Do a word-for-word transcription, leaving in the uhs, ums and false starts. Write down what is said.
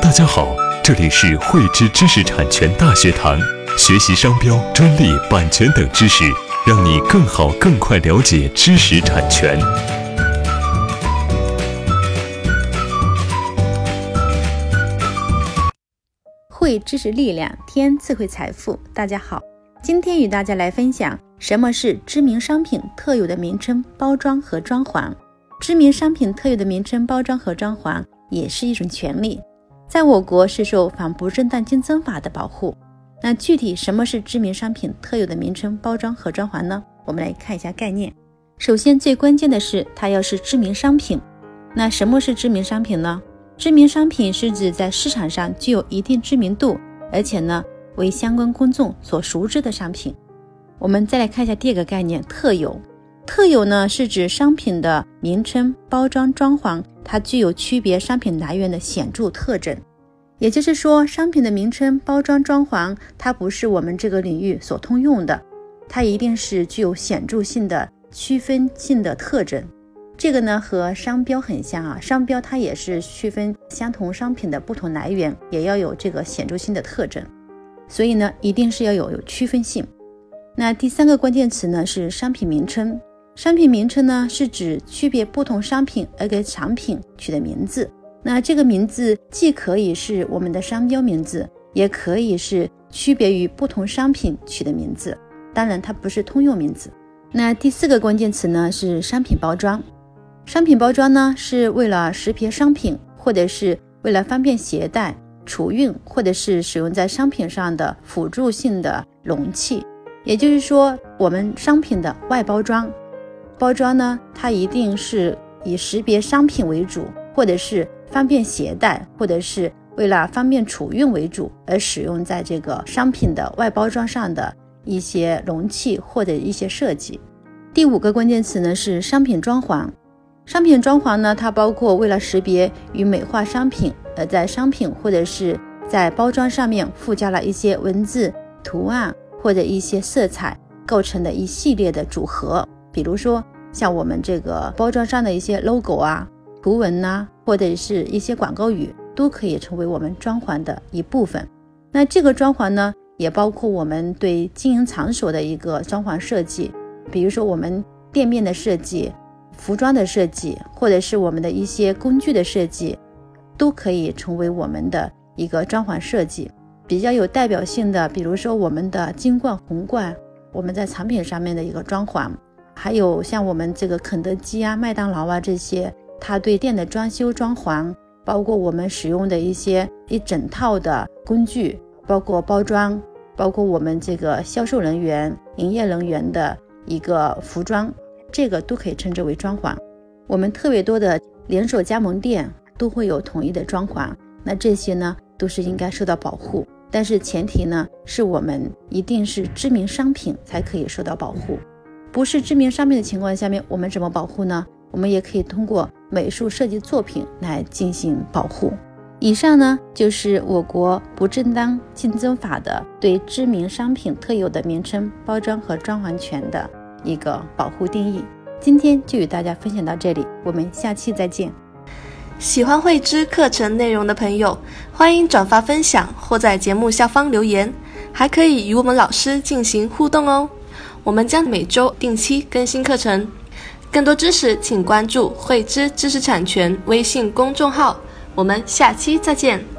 大家好，这里是汇知知识产权大学堂，学习商标、专利、版权等知识，让你更好、更快了解知识产权。 汇知识力量，添智慧财富。大家好，今天与大家来分享什么是知名商品特有的名称、包装和装潢。知名商品特有的名称、包装和装潢也是一种权利，在我国是受反不正当竞争法的保护。那具体什么是知名商品特有的名称、包装和装潢呢？我们来看一下概念。首先最关键的是它要是知名商品。那什么是知名商品呢？知名商品是指在市场上具有一定知名度，而且呢为相关公众所熟知的商品。我们再来看一下第二个概念，特有。特有呢是指商品的名称、包装、装潢，它具有区别商品来源的显著特征。也就是说，商品的名称、包装、装潢，它不是我们这个领域所通用的，它一定是具有显著性的区分性的特征。这个呢和商标很像啊，商标它也是区分相同商品的不同来源，也要有这个显著性的特征，所以呢一定是要有有区分性。那第三个关键词呢是商品名称。商品名称呢是指区别不同商品而给产品取的名字。那这个名字既可以是我们的商标名字，也可以是区别于不同商品取的名字，当然它不是通用名字。那第四个关键词呢是商品包装。商品包装呢是为了识别商品，或者是为了方便携带、储运，或者是使用在商品上的辅助性的容器。也就是说，我们商品的外包装包装呢，它一定是以识别商品为主，或者是方便携带，或者是为了方便储运为主，而使用在这个商品的外包装上的一些容器或者一些设计。第五个关键词呢是商品装潢。商品装潢呢，它包括为了识别与美化商品，而在商品或者是在包装上面附加了一些文字、图案或者一些色彩构成的一系列的组合。比如说像我们这个包装上的一些 logo 啊、图文啊，或者是一些广告语，都可以成为我们装潢的一部分。那这个装潢呢，也包括我们对经营场所的一个装潢设计，比如说我们店面的设计、服装的设计，或者是我们的一些工具的设计，都可以成为我们的一个装潢设计。比较有代表性的，比如说我们的金冠、红冠，我们在产品上面的一个装潢，还有像我们这个肯德基啊、麦当劳啊这些，它对店的装修装潢，包括我们使用的一些一整套的工具，包括包装，包括我们这个销售人员、营业人员的一个服装，这个都可以称之为装潢。我们特别多的连锁加盟店都会有统一的装潢，那这些呢都是应该受到保护，但是前提呢是我们一定是知名商品才可以受到保护。不是知名商品的情况下面，我们怎么保护呢？我们也可以通过美术设计作品来进行保护。以上呢就是我国不正当竞争法的对知名商品特有的名称、包装和装潢权的一个保护定义。今天就与大家分享到这里，我们下期再见。 喜欢汇知课程内容的朋友，欢迎转发分享或在节目下方留言，还可以与我们老师进行互动哦。我们将每周定期更新课程，更多知识请关注汇知知识产权微信公众号。我们下期再见。